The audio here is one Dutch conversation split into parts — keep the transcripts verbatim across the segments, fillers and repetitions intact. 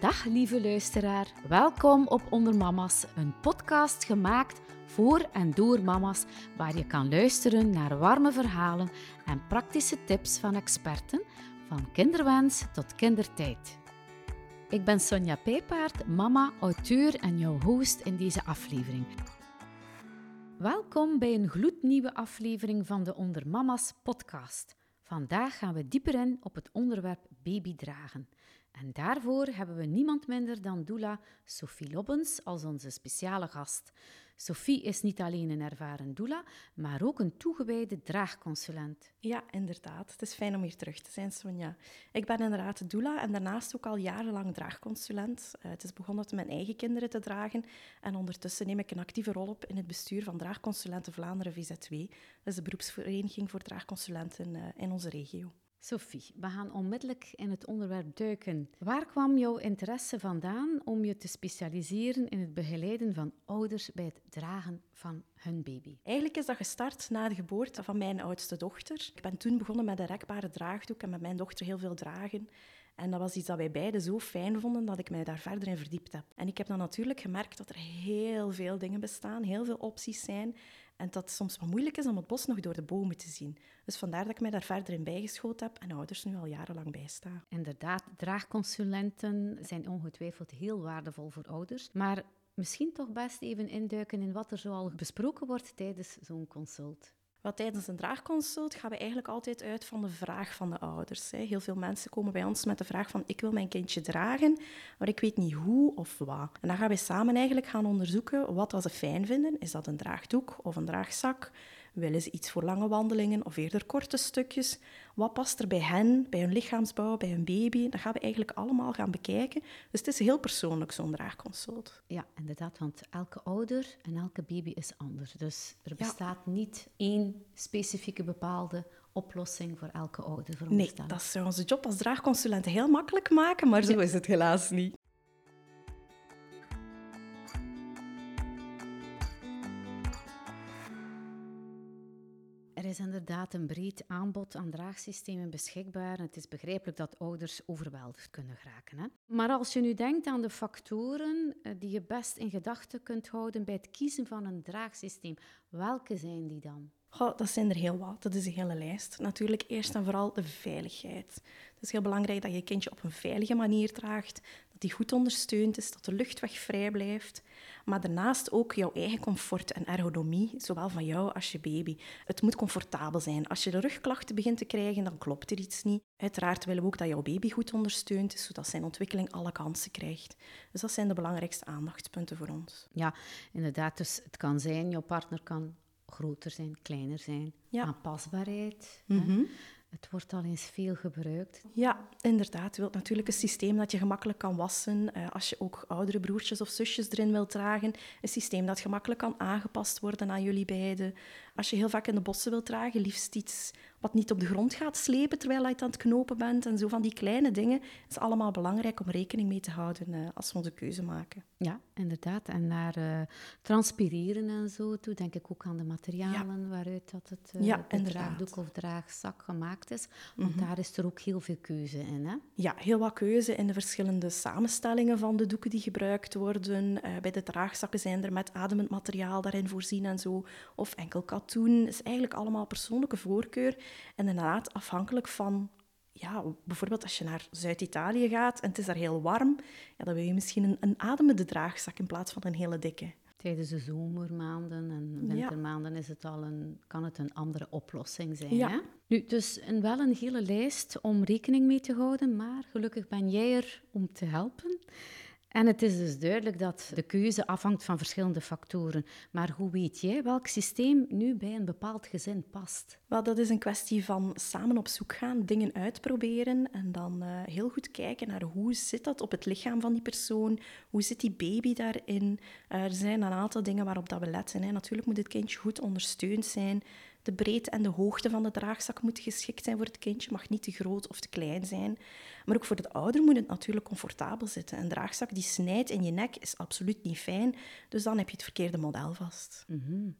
Dag lieve luisteraar, welkom op Onder Mama's, een podcast gemaakt voor en door mama's, waar je kan luisteren naar warme verhalen en praktische tips van experten, van kinderwens tot kindertijd. Ik ben Sonja Pijpaard, mama, auteur en jouw host in deze aflevering. Welkom bij een gloednieuwe aflevering van de Onder Mama's podcast. Vandaag gaan we dieper in op het onderwerp babydragen. En daarvoor hebben we niemand minder dan doula Sophie Lobbens als onze speciale gast. Sophie is niet alleen een ervaren doula, maar ook een toegewijde draagconsulent. Ja, inderdaad. Het is fijn om hier terug te zijn, Sonja. Ik ben inderdaad doula en daarnaast ook al jarenlang draagconsulent. Uh, het is begonnen met mijn eigen kinderen te dragen en ondertussen neem ik een actieve rol op in het bestuur van Draagconsulenten Vlaanderen V Z W. Dat is de beroepsvereniging voor draagconsulenten uh, in onze regio. Sophie, we gaan onmiddellijk in het onderwerp duiken. Waar kwam jouw interesse vandaan om je te specialiseren in het begeleiden van ouders bij het dragen van hun baby? Eigenlijk is dat gestart na de geboorte van mijn oudste dochter. Ik ben toen begonnen met een rekbare draagdoek en met mijn dochter heel veel dragen. En dat was iets dat wij beiden zo fijn vonden dat ik mij daar verder in verdiept heb. En ik heb dan natuurlijk gemerkt dat er heel veel dingen bestaan, heel veel opties zijn. En dat het soms wat moeilijk is om het bos nog door de bomen te zien. Dus vandaar dat ik mij daar verder in bijgeschoten heb en ouders nu al jarenlang bijsta. Inderdaad, draagconsulenten zijn ongetwijfeld heel waardevol voor ouders. Maar misschien toch best even induiken in wat er zoal besproken wordt tijdens zo'n consult. Wel, tijdens een draagconsult gaan we eigenlijk altijd uit van de vraag van de ouders. Heel veel mensen komen bij ons met de vraag van ik wil mijn kindje dragen, maar ik weet niet hoe of wat. En dan gaan we samen eigenlijk gaan onderzoeken wat ze fijn vinden. Is dat een draagdoek of een draagzak? Willen ze iets voor lange wandelingen of eerder korte stukjes? Wat past er bij hen, bij hun lichaamsbouw, bij hun baby? Dat gaan we eigenlijk allemaal gaan bekijken. Dus het is heel persoonlijk, zo'n draagconsult. Ja, inderdaad, want elke ouder en elke baby is anders. Dus er bestaat ja. niet één specifieke bepaalde oplossing voor elke ouder. Nee, dat zou onze job als draagconsulent heel makkelijk maken, maar zo ja. is het helaas niet. Er is inderdaad een breed aanbod aan draagsystemen beschikbaar. Het is begrijpelijk dat ouders overweldigd kunnen geraken. Hè? Maar als je nu denkt aan de factoren die je best in gedachten kunt houden bij het kiezen van een draagsysteem, welke zijn die dan? Goh, dat zijn er heel wat. Dat is een hele lijst. Natuurlijk eerst en vooral de veiligheid. Het is heel belangrijk dat je je kindje op een veilige manier draagt, dat die goed ondersteund is, dat de luchtweg vrij blijft. Maar daarnaast ook jouw eigen comfort en ergonomie, zowel van jou als je baby. Het moet comfortabel zijn. Als je de rugklachten begint te krijgen, dan klopt er iets niet. Uiteraard willen we ook dat jouw baby goed ondersteund is, zodat zijn ontwikkeling alle kansen krijgt. Dus dat zijn de belangrijkste aandachtspunten voor ons. Ja, inderdaad. Dus het kan zijn, jouw partner kan groter zijn, kleiner zijn. Ja. Aanpasbaarheid. Mm-hmm. Het wordt al eens veel gebruikt. Ja, inderdaad. Je wilt natuurlijk een systeem dat je gemakkelijk kan wassen. Uh, als je ook oudere broertjes of zusjes erin wilt dragen. Een systeem dat gemakkelijk kan aangepast worden aan jullie beiden. Als je heel vaak in de bossen wilt dragen, liefst iets wat niet op de grond gaat slepen terwijl je aan het knopen bent. En zo van die kleine dingen. Het is allemaal belangrijk om rekening mee te houden uh, als we onze keuze maken. Ja, inderdaad. En naar uh, transpireren en zo toe denk ik ook aan de materialen ja. waaruit dat het uh, ja, de draagdoek of draagzak gemaakt is. Want mm-hmm. daar is er ook heel veel keuze in, hè? Ja, heel wat keuze in de verschillende samenstellingen van de doeken die gebruikt worden. Uh, bij de draagzakken zijn er met ademend materiaal daarin voorzien en zo. Of enkel katoen. Het is eigenlijk allemaal persoonlijke voorkeur. En inderdaad afhankelijk van... Ja, bijvoorbeeld als je naar Zuid-Italië gaat en het is daar heel warm, ja, dan wil je misschien een, een ademende draagzak in plaats van een hele dikke. Tijdens de zomermaanden en wintermaanden ja. is het al een, kan het een andere oplossing zijn. Ja. Hè? Nu, dus een, wel een hele lijst om rekening mee te houden, maar gelukkig ben jij er om te helpen. En het is dus duidelijk dat de keuze afhangt van verschillende factoren. Maar hoe weet jij welk systeem nu bij een bepaald gezin past? Wel, dat is een kwestie van samen op zoek gaan, dingen uitproberen en dan uh, heel goed kijken naar hoe zit dat op het lichaam van die persoon, hoe zit die baby daarin. Uh, er zijn een aantal dingen waarop dat we letten. Hè. Natuurlijk moet het kindje goed ondersteund zijn. De breedte en de hoogte van de draagzak moet geschikt zijn voor het kindje, mag niet te groot of te klein zijn. Maar ook voor de ouder moet het natuurlijk comfortabel zitten. Een draagzak die snijdt in je nek is absoluut niet fijn, dus dan heb je het verkeerde model vast. Mm-hmm.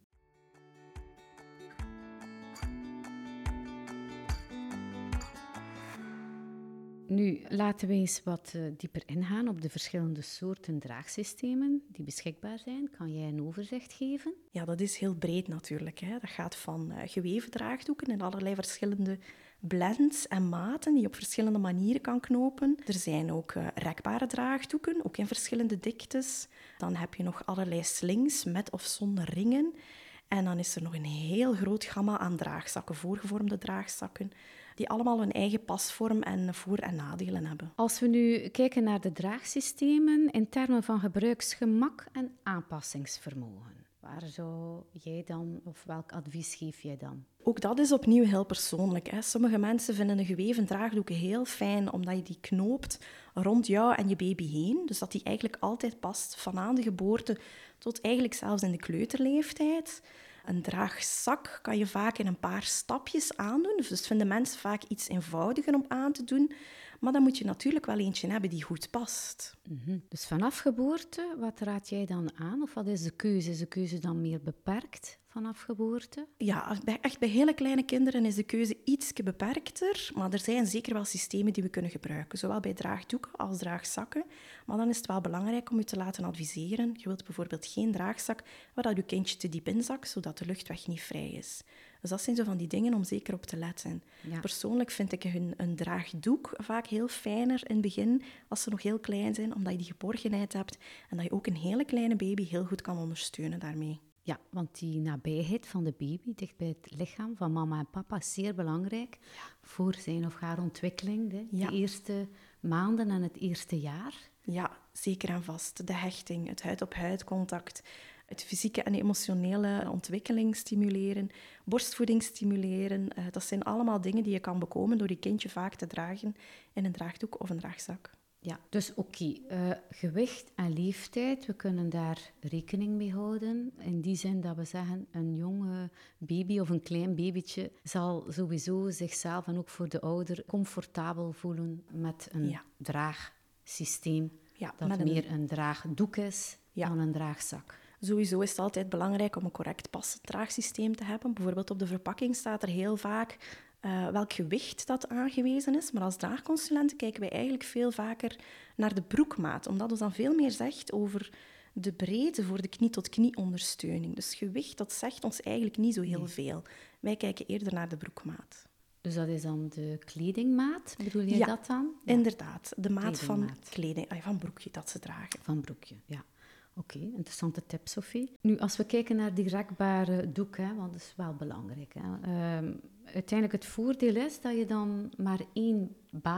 Nu, laten we eens wat uh, dieper ingaan op de verschillende soorten draagsystemen die beschikbaar zijn. Kan jij een overzicht geven? Ja, dat is heel breed natuurlijk. Hè. Dat gaat van uh, geweven draagdoeken in allerlei verschillende blends en maten die je op verschillende manieren kan knopen. Er zijn ook uh, rekbare draagdoeken, ook in verschillende diktes. Dan heb je nog allerlei slings met of zonder ringen. En dan is er nog een heel groot gamma aan draagzakken, voorgevormde draagzakken, die allemaal hun eigen pasvorm en voor- en nadelen hebben. Als we nu kijken naar de draagsystemen in termen van gebruiksgemak en aanpassingsvermogen, waar zou jij dan, of welk advies geef jij dan? Ook dat is opnieuw heel persoonlijk. Hè. Sommige mensen vinden een geweven draagdoek heel fijn, omdat je die knoopt rond jou en je baby heen. Dus dat die eigenlijk altijd past, van aan de geboorte tot eigenlijk zelfs in de kleuterleeftijd. Een draagzak kan je vaak in een paar stapjes aandoen. Dus vinden mensen vaak iets eenvoudiger om aan te doen. Maar dan moet je natuurlijk wel eentje hebben die goed past. Mm-hmm. Dus vanaf geboorte, wat raad jij dan aan? Of wat is de keuze? Is de keuze dan meer beperkt vanaf geboorte? Ja, bij, echt bij hele kleine kinderen is de keuze iets beperkter. Maar er zijn zeker wel systemen die we kunnen gebruiken. Zowel bij draagdoeken als draagzakken. Maar dan is het wel belangrijk om je te laten adviseren. Je wilt bijvoorbeeld geen draagzak waar dat je kindje te diep inzakt, zodat de luchtweg niet vrij is. Dus dat zijn zo van die dingen om zeker op te letten. Ja. Persoonlijk vind ik een, een draagdoek vaak heel fijner in het begin, als ze nog heel klein zijn, omdat je die geborgenheid hebt en dat je ook een hele kleine baby heel goed kan ondersteunen daarmee. Ja, want die nabijheid van de baby, dicht bij het lichaam van mama en papa, is zeer belangrijk ja. voor zijn of haar ontwikkeling. De, ja. de eerste maanden en het eerste jaar. Ja, zeker en vast. De hechting, het huid-op-huid contact, het fysieke en emotionele ontwikkeling stimuleren, borstvoeding stimuleren. Uh, dat zijn allemaal dingen die je kan bekomen door je kindje vaak te dragen in een draagdoek of een draagzak. Ja, dus oké, okay. uh, gewicht en leeftijd, we kunnen daar rekening mee houden. In die zin dat we zeggen, een jonge baby of een klein babytje zal sowieso zichzelf en ook voor de ouder comfortabel voelen met een ja. draagsysteem. Ja, dat een... meer een draagdoek is ja. dan een draagzak. Sowieso is het altijd belangrijk om een correct passend draagsysteem te hebben. Bijvoorbeeld op de verpakking staat er heel vaak uh, welk gewicht dat aangewezen is. Maar als draagconsulenten kijken wij eigenlijk veel vaker naar de broekmaat, omdat het dan veel meer zegt over de breedte voor de knie-tot-knie ondersteuning. Dus gewicht, dat zegt ons eigenlijk niet zo heel nee. veel. Wij kijken eerder naar de broekmaat. Dus dat is dan de kledingmaat, bedoel je ja, dat dan? Ja, inderdaad. De maat van kleding, van broekje dat ze dragen. Van broekje, ja. Oké, okay, interessante tip, Sophie. Nu, als we kijken naar die rekbare doek, hè, want dat is wel belangrijk. Hè. Uh, uiteindelijk het voordeel is dat je dan maar één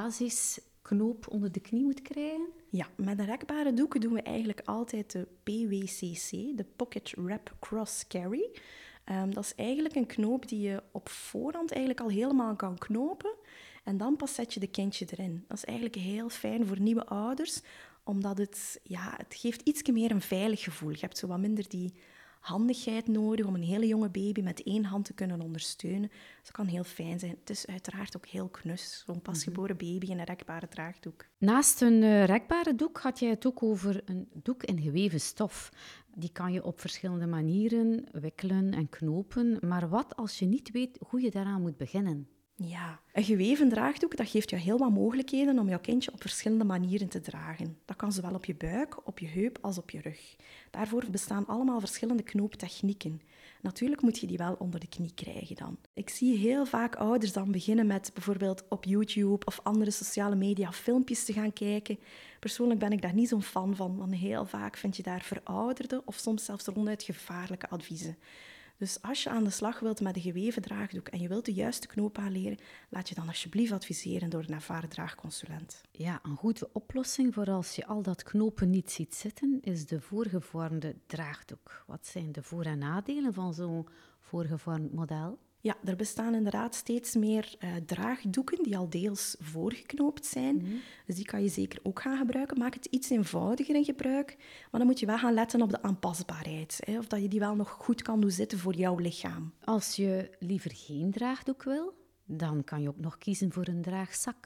basisknoop onder de knie moet krijgen. Ja, met de rekbare doeken doen we eigenlijk altijd de P W C C, de Pocket Wrap Cross Carry. Um, dat is eigenlijk een knoop die je op voorhand eigenlijk al helemaal kan knopen. En dan pas zet je de kindje erin. Dat is eigenlijk heel fijn voor nieuwe ouders, omdat het, ja, het geeft iets meer een veilig gevoel. Je hebt zo wat minder die handigheid nodig om een hele jonge baby met één hand te kunnen ondersteunen. Dus dat kan heel fijn zijn. Het is uiteraard ook heel knus, zo'n pasgeboren baby in een rekbare draagdoek. Naast een uh, rekbare doek had jij het ook over een doek in geweven stof. Die kan je op verschillende manieren wikkelen en knopen. Maar wat als je niet weet hoe je daaraan moet beginnen? Ja, een geweven draagdoek dat geeft je heel wat mogelijkheden om jouw kindje op verschillende manieren te dragen. Dat kan zowel op je buik, op je heup als op je rug. Daarvoor bestaan allemaal verschillende knooptechnieken. Natuurlijk moet je die wel onder de knie krijgen dan. Ik zie heel vaak ouders dan beginnen met bijvoorbeeld op YouTube of andere sociale media filmpjes te gaan kijken. Persoonlijk ben ik daar niet zo'n fan van, want heel vaak vind je daar verouderde of soms zelfs ronduit gevaarlijke adviezen. Dus als je aan de slag wilt met een geweven draagdoek en je wilt de juiste knoop aanleren, laat je dan alsjeblieft adviseren door een ervaren draagconsulent. Ja, een goede oplossing voor als je al dat knopen niet ziet zitten, is de voorgevormde draagdoek. Wat zijn de voor- en nadelen van zo'n voorgevormd model? Ja, er bestaan inderdaad steeds meer uh, draagdoeken die al deels voorgeknoopt zijn. Mm-hmm. Dus die kan je zeker ook gaan gebruiken. Maak het iets eenvoudiger in gebruik. Maar dan moet je wel gaan letten op de aanpasbaarheid. Hè, of dat je die wel nog goed kan doen zitten voor jouw lichaam. Als je liever geen draagdoek wil, dan kan je ook nog kiezen voor een draagzak.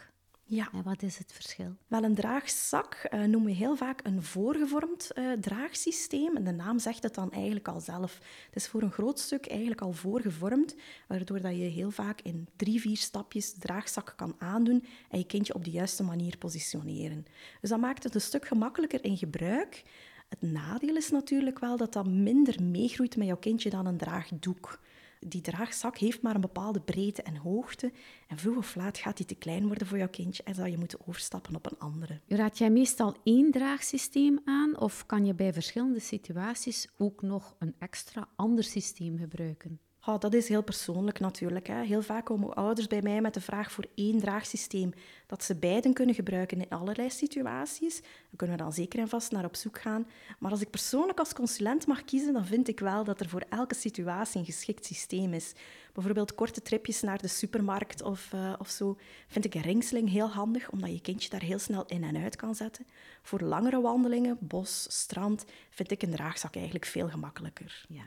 Ja. En wat is het verschil? Wel, een draagzak uh, noemen we heel vaak een voorgevormd uh, draagsysteem. En de naam zegt het dan eigenlijk al zelf. Het is voor een groot stuk eigenlijk al voorgevormd, waardoor dat je heel vaak in drie, vier stapjes de draagzak kan aandoen en je kindje op de juiste manier positioneren. Dus dat maakt het een stuk gemakkelijker in gebruik. Het nadeel is natuurlijk wel dat dat minder meegroeit met jouw kindje dan een draagdoek. Die draagzak heeft maar een bepaalde breedte en hoogte. En vroeg of laat gaat die te klein worden voor jouw kindje en zal je moeten overstappen op een andere. Raad jij meestal één draagsysteem aan of kan je bij verschillende situaties ook nog een extra ander systeem gebruiken? Oh, dat is heel persoonlijk natuurlijk. Hè. Heel vaak komen ouders bij mij met de vraag voor één draagsysteem, dat ze beiden kunnen gebruiken in allerlei situaties. Daar kunnen we dan zeker en vast naar op zoek gaan. Maar als ik persoonlijk als consulent mag kiezen, dan vind ik wel dat er voor elke situatie een geschikt systeem is. Bijvoorbeeld korte tripjes naar de supermarkt of, uh, of zo, vind ik een ringsling heel handig, omdat je kindje daar heel snel in en uit kan zetten. Voor langere wandelingen, bos, strand, vind ik een draagzak eigenlijk veel gemakkelijker. Ja.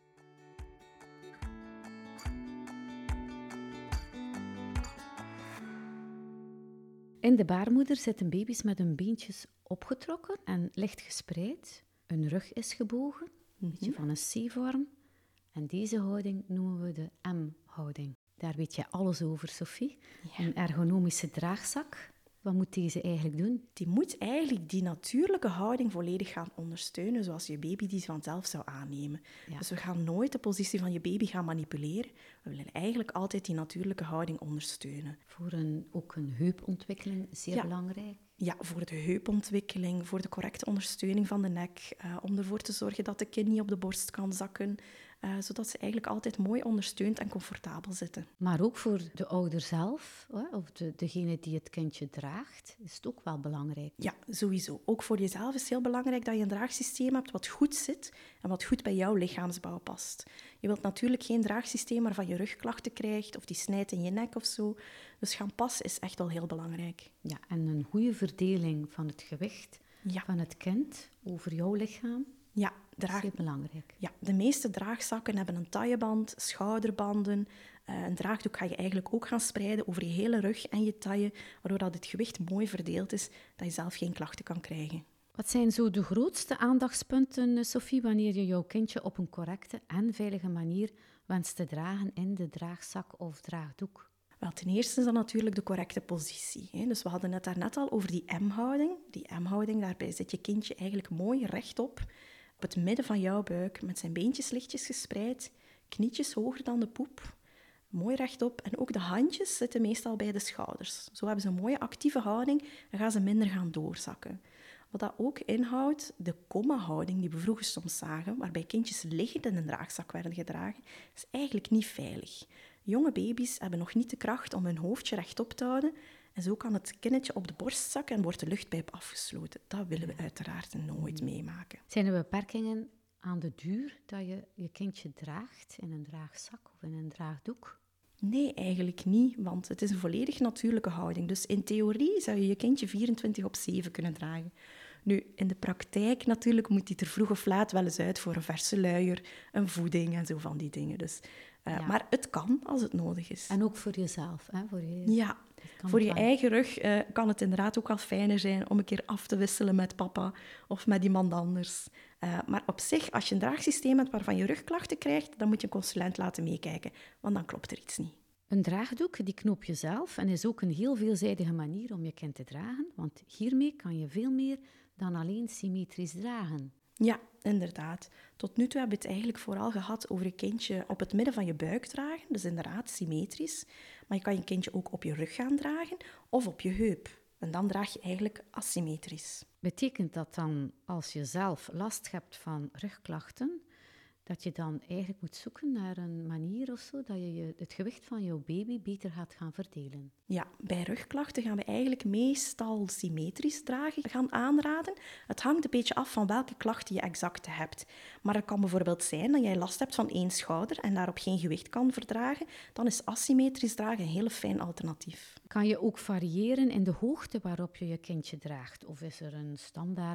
In de baarmoeder zitten baby's met hun beentjes opgetrokken en licht gespreid. Hun rug is gebogen, een beetje van een C-vorm. En deze houding noemen we de M-houding. Daar weet je alles over, Sophie. Ja. Een ergonomische draagzak. Wat moet deze eigenlijk doen? Die moet eigenlijk die natuurlijke houding volledig gaan ondersteunen, zoals je baby die vanzelf zou aannemen. Ja. Dus we gaan nooit de positie van je baby gaan manipuleren. We willen eigenlijk altijd die natuurlijke houding ondersteunen. Voor een, ook een heupontwikkeling, zeer ja. belangrijk. Ja, voor de heupontwikkeling, voor de correcte ondersteuning van de nek, uh, om ervoor te zorgen dat de kin niet op de borst kan zakken, uh, zodat ze eigenlijk altijd mooi ondersteund en comfortabel zitten. Maar ook voor de ouder zelf, hè, of de, degene die het kindje draagt, is het ook wel belangrijk. Ja, sowieso. Ook voor jezelf is het heel belangrijk dat je een draagsysteem hebt wat goed zit en wat goed bij jouw lichaamsbouw past. Je wilt natuurlijk geen draagsysteem waarvan je rugklachten krijgt of die snijdt in je nek of zo. Dus gaan passen is echt wel heel belangrijk. Ja, en een goede verdeling van het gewicht ja. van het kind over jouw lichaam. Ja, draag... is heel belangrijk. Ja, de meeste draagzakken hebben een tailleband, schouderbanden. Uh, een draagdoek ga je eigenlijk ook gaan spreiden over je hele rug en je taille, waardoor dat het gewicht mooi verdeeld is, dat je zelf geen klachten kan krijgen. Wat zijn zo de grootste aandachtspunten, Sophie, wanneer je jouw kindje op een correcte en veilige manier wenst te dragen in de draagzak of draagdoek? Wel, ten eerste is dat natuurlijk de correcte positie. Hè. Dus we hadden het daarnet al over die M-houding. Die M-houding, daarbij zit je kindje eigenlijk mooi rechtop, op het midden van jouw buik, met zijn beentjes lichtjes gespreid, knietjes hoger dan de poep, mooi rechtop. En ook de handjes zitten meestal bij de schouders. Zo hebben ze een mooie actieve houding en gaan ze minder gaan doorzakken. Wat dat ook inhoudt, de komma-houding die we vroeger soms zagen, waarbij kindjes liggend in een draagzak werden gedragen, is eigenlijk niet veilig. Jonge baby's hebben nog niet de kracht om hun hoofdje rechtop te houden en zo kan het kinnetje op de borst zakken en wordt de luchtpijp afgesloten. Dat willen we uiteraard nooit meemaken. Zijn er beperkingen aan de duur dat je je kindje draagt in een draagzak of in een draagdoek? Nee, eigenlijk niet, want het is een volledig natuurlijke houding. Dus in theorie zou je je kindje vierentwintig op zeven kunnen dragen. Nu, in de praktijk natuurlijk moet die er vroeg of laat wel eens uit voor een verse luier, een voeding en zo van die dingen. Dus, uh, ja. Maar het kan als het nodig is. En ook voor jezelf, hè? Voor je, ja, voor je eigen rug uh, kan het inderdaad ook wel fijner zijn om een keer af te wisselen met papa of met iemand anders. Uh, maar op zich, als je een draagsysteem hebt waarvan je rugklachten krijgt, dan moet je een consulent laten meekijken, want dan klopt er iets niet. Een draagdoek, die knoop je zelf en is ook een heel veelzijdige manier om je kind te dragen, want hiermee kan je veel meer dan alleen symmetrisch dragen. Ja, inderdaad. Tot nu toe hebben we het eigenlijk vooral gehad over je kindje op het midden van je buik dragen, dus inderdaad symmetrisch. Maar je kan je kindje ook op je rug gaan dragen of op je heup. En dan draag je eigenlijk asymmetrisch. Betekent dat dan, als je zelf last hebt van rugklachten, dat je dan eigenlijk moet zoeken naar een manier of zo, dat je het gewicht van jouw baby beter gaat gaan verdelen? Ja, bij rugklachten gaan we eigenlijk meestal symmetrisch dragen gaan aanraden. Het hangt een beetje af van welke klachten je exact hebt. Maar het kan bijvoorbeeld zijn dat jij last hebt van één schouder en daarop geen gewicht kan verdragen. Dan is asymmetrisch dragen een heel fijn alternatief. Kan je ook variëren in de hoogte waarop je je kindje draagt? Of is er een standaard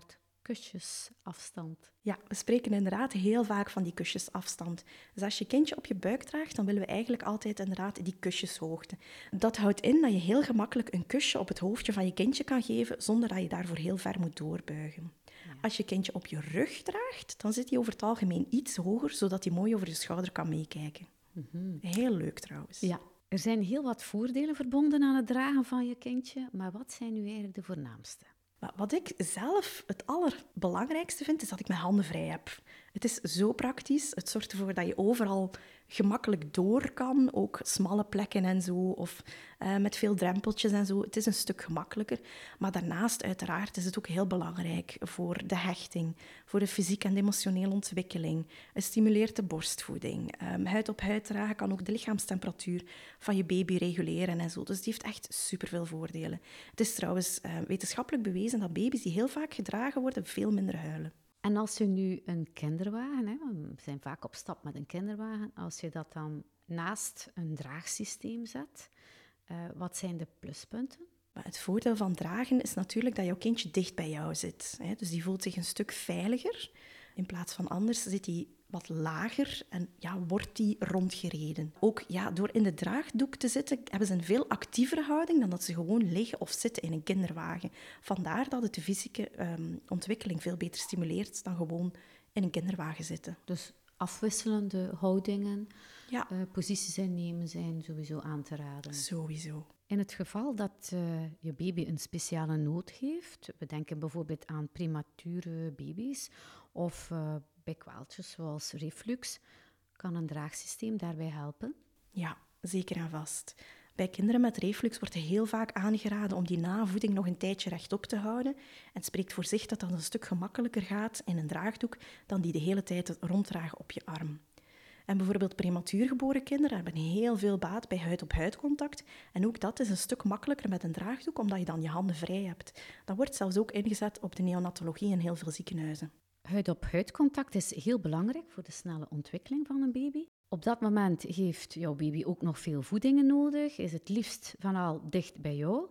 kusjesafstand? Ja, we spreken inderdaad heel vaak van die kusjesafstand. Dus als je kindje op je buik draagt, dan willen we eigenlijk altijd inderdaad die kusjeshoogte. Dat houdt in dat je heel gemakkelijk een kusje op het hoofdje van je kindje kan geven, zonder dat je daarvoor heel ver moet doorbuigen. Ja. Als je kindje op je rug draagt, dan zit hij over het algemeen iets hoger, zodat hij mooi over je schouder kan meekijken. Mm-hmm. Heel leuk trouwens. Ja. Er zijn heel wat voordelen verbonden aan het dragen van je kindje, maar wat zijn nu eigenlijk de voornaamste? Wat ik zelf het allerbelangrijkste vind, is dat ik mijn handen vrij heb. Het is zo praktisch. Het zorgt ervoor dat je overal gemakkelijk door kan. Ook smalle plekken en zo. Of uh, met veel drempeltjes en zo. Het is een stuk gemakkelijker. Maar daarnaast, uiteraard, is het ook heel belangrijk voor de hechting. Voor de fysieke en de emotionele ontwikkeling. Het stimuleert de borstvoeding. Um, huid op huid dragen kan ook de lichaamstemperatuur van je baby reguleren en zo. Dus die heeft echt superveel voordelen. Het is trouwens uh, wetenschappelijk bewezen dat baby's die heel vaak gedragen worden, veel minder huilen. En als je nu een kinderwagen, hè, we zijn vaak op stap met een kinderwagen, als je dat dan naast een draagsysteem zet, uh, wat zijn de pluspunten? Het voordeel van dragen is natuurlijk dat jouw kindje dicht bij jou zit. Hè? Dus die voelt zich een stuk veiliger. In plaats van anders zit hij wat lager en ja, wordt die rondgereden. Ook ja, door in de draagdoek te zitten, hebben ze een veel actievere houding dan dat ze gewoon liggen of zitten in een kinderwagen. Vandaar dat het de fysieke um, ontwikkeling veel beter stimuleert dan gewoon in een kinderwagen zitten. Dus afwisselende houdingen, ja. uh, posities innemen zijn sowieso aan te raden. Sowieso. In het geval dat uh, je baby een speciale nood heeft, we denken bijvoorbeeld aan premature baby's of uh, bij kwaaltjes zoals reflux, kan een draagsysteem daarbij helpen? Ja, zeker en vast. Bij kinderen met reflux wordt heel vaak aangeraden om die navoeding nog een tijdje rechtop te houden. En het spreekt voor zich dat dat een stuk gemakkelijker gaat in een draagdoek dan die de hele tijd ronddragen op je arm. En bijvoorbeeld prematuur geboren kinderen hebben heel veel baat bij huid-op-huid contact. En ook dat is een stuk makkelijker met een draagdoek, omdat je dan je handen vrij hebt. Dat wordt zelfs ook ingezet op de neonatologie in heel veel ziekenhuizen. Huid-op-huid contact is heel belangrijk voor de snelle ontwikkeling van een baby. Op dat moment heeft jouw baby ook nog veel voedingen nodig, is het liefst van al dicht bij jou.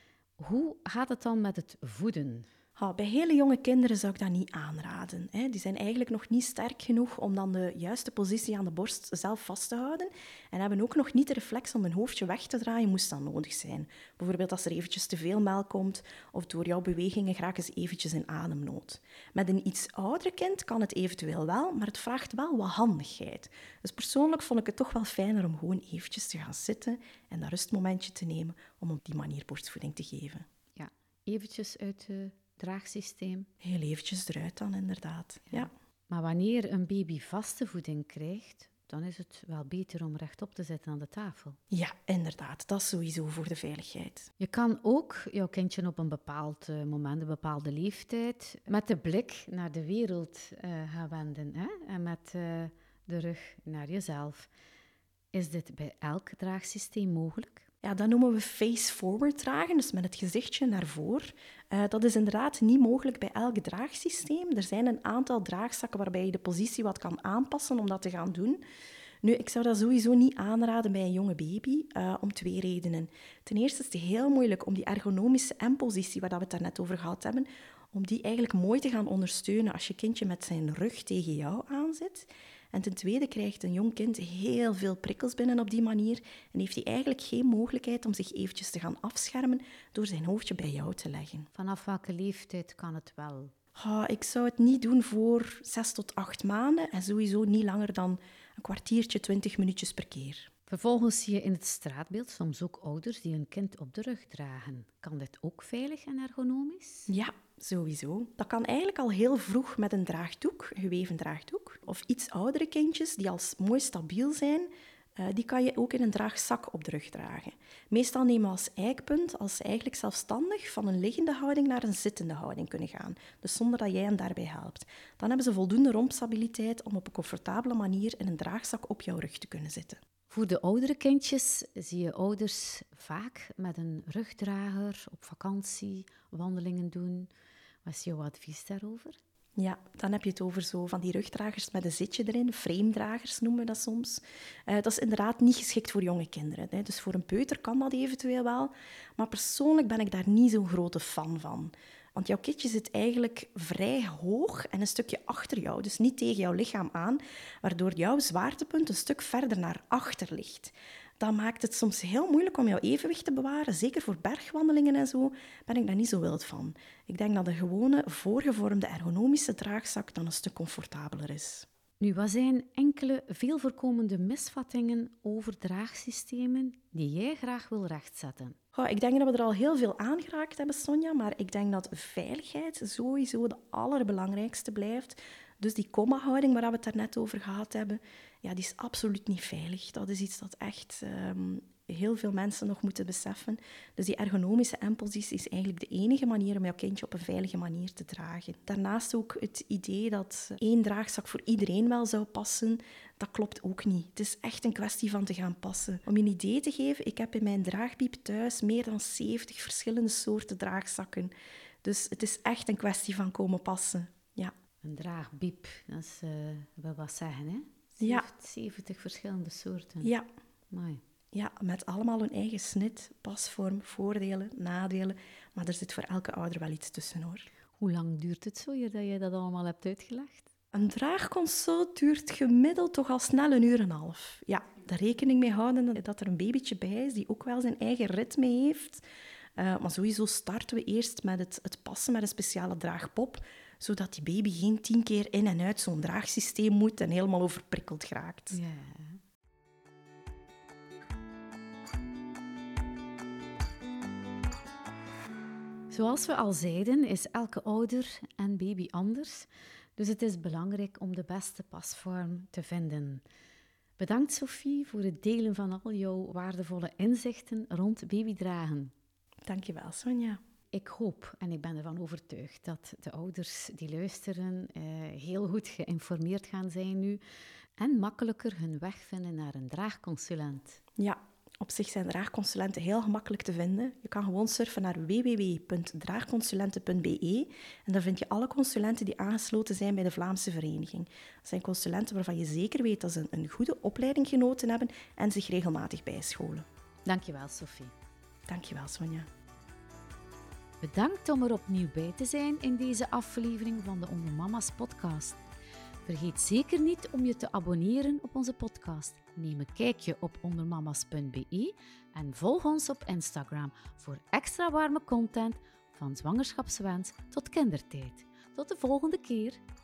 Hoe gaat het dan met het voeden? Ha, bij hele jonge kinderen zou ik dat niet aanraden. Hè. Die zijn eigenlijk nog niet sterk genoeg om dan de juiste positie aan de borst zelf vast te houden. En hebben ook nog niet de reflex om hun hoofdje weg te draaien, moest dat nodig zijn. Bijvoorbeeld als er eventjes te veel melk komt, of door jouw bewegingen geraken ze eventjes in ademnood. Met een iets ouder kind kan het eventueel wel, maar het vraagt wel wat handigheid. Dus persoonlijk vond ik het toch wel fijner om gewoon eventjes te gaan zitten en dat rustmomentje te nemen om op die manier borstvoeding te geven. Ja, eventjes uit de draagsysteem. Heel eventjes eruit dan, inderdaad. Ja. Ja. Maar wanneer een baby vaste voeding krijgt, dan is het wel beter om rechtop te zitten aan de tafel. Ja, inderdaad. Dat is sowieso voor de veiligheid. Je kan ook jouw kindje op een bepaald moment, een bepaalde leeftijd, met de blik naar de wereld uh, gaan wenden, hè? En met uh, de rug naar jezelf. Is dit bij elk draagsysteem mogelijk? Ja, dat noemen we face-forward dragen, dus met het gezichtje naar voren. Uh, dat is inderdaad niet mogelijk bij elk draagsysteem. Er zijn een aantal draagzakken waarbij je de positie wat kan aanpassen om dat te gaan doen. Nu, ik zou dat sowieso niet aanraden bij een jonge baby, uh, om twee redenen. Ten eerste is het heel moeilijk om die ergonomische M-positie, waar we het daarnet over gehad hebben, om die eigenlijk mooi te gaan ondersteunen als je kindje met zijn rug tegen jou aanzit. En ten tweede krijgt een jong kind heel veel prikkels binnen op die manier en heeft hij eigenlijk geen mogelijkheid om zich eventjes te gaan afschermen door zijn hoofdje bij jou te leggen. Vanaf welke leeftijd kan het wel? Oh, ik zou het niet doen voor zes tot acht maanden en sowieso niet langer dan een kwartiertje, twintig minuutjes per keer. Vervolgens zie je in het straatbeeld soms ook ouders die hun kind op de rug dragen. Kan dit ook veilig en ergonomisch? Ja, sowieso. Dat kan eigenlijk al heel vroeg met een draagdoek, een geweven draagdoek. Of iets oudere kindjes die al mooi stabiel zijn, uh, die kan je ook in een draagzak op de rug dragen. Meestal nemen we als eikpunt als ze eigenlijk zelfstandig van een liggende houding naar een zittende houding kunnen gaan. Dus zonder dat jij hen daarbij helpt. Dan hebben ze voldoende rompstabiliteit om op een comfortabele manier in een draagzak op jouw rug te kunnen zitten. Voor de oudere kindjes zie je ouders vaak met een rugdrager op vakantie wandelingen doen. Wat is jouw advies daarover? Ja, dan heb je het over zo van die rugdragers met een zitje erin. Framedragers noemen we dat soms. Uh, dat is inderdaad niet geschikt voor jonge kinderen. Hè. Dus voor een peuter kan dat eventueel wel. Maar persoonlijk ben ik daar niet zo'n grote fan van. Want jouw kitje zit eigenlijk vrij hoog en een stukje achter jou, dus niet tegen jouw lichaam aan, waardoor jouw zwaartepunt een stuk verder naar achter ligt. Dat maakt het soms heel moeilijk om jouw evenwicht te bewaren. Zeker voor bergwandelingen en zo ben ik daar niet zo wild van. Ik denk dat een gewone, voorgevormde ergonomische draagzak dan een stuk comfortabeler is. Nu, wat zijn enkele veel voorkomende misvattingen over draagsystemen die jij graag wil rechtzetten? Goh, ik denk dat we er al heel veel aangeraakt hebben, Sonja, maar ik denk dat veiligheid sowieso de allerbelangrijkste blijft. Dus die komma-houding waar we het daarnet over gehad hebben, ja, die is absoluut niet veilig. Dat is iets dat echt um, heel veel mensen nog moeten beseffen. Dus die ergonomische M-positie is eigenlijk de enige manier om jouw kindje op een veilige manier te dragen. Daarnaast ook het idee dat één draagzak voor iedereen wel zou passen, dat klopt ook niet. Het is echt een kwestie van te gaan passen. Om je een idee te geven, ik heb in mijn draagpiep thuis meer dan zeventig verschillende soorten draagzakken. Dus het is echt een kwestie van komen passen. Ja. Een draagbiep, dat is uh, wel wat zeggen, hè? Ja. zeventig verschillende soorten. Ja. Mooi. Ja, met allemaal hun eigen snit, pasvorm, voordelen, nadelen. Maar er zit voor elke ouder wel iets tussen, hoor. Hoe lang duurt het zo, hier dat je dat allemaal hebt uitgelegd? Een draagconsult duurt gemiddeld toch al snel een uur en een half. Ja, daar rekening mee houden dat er een babytje bij is die ook wel zijn eigen ritme heeft. Uh, maar sowieso starten we eerst met het, het passen met een speciale draagpop, zodat die baby geen tien keer in en uit zo'n draagsysteem moet en helemaal overprikkeld geraakt. Ja. Zoals we al zeiden, is elke ouder en baby anders. Dus het is belangrijk om de beste pasvorm te vinden. Bedankt Sophie voor het delen van al jouw waardevolle inzichten rond babydragen. Dankjewel Sonja. Ik hoop en ik ben ervan overtuigd dat de ouders die luisteren uh, heel goed geïnformeerd gaan zijn nu en makkelijker hun weg vinden naar een draagconsulent. Ja, op zich zijn draagconsulenten heel gemakkelijk te vinden. Je kan gewoon surfen naar w w w punt draagconsulenten punt b e en daar vind je alle consulenten die aangesloten zijn bij de Vlaamse Vereniging. Dat zijn consulenten waarvan je zeker weet dat ze een, een goede opleiding genoten hebben en zich regelmatig bijscholen. Dankjewel Sophie. Dankjewel Sonja. Bedankt om er opnieuw bij te zijn in deze aflevering van de Onder Mama's podcast. Vergeet zeker niet om je te abonneren op onze podcast. Neem een kijkje op ondermama's punt b e en volg ons op Instagram voor extra warme content van zwangerschapswens tot kindertijd. Tot de volgende keer.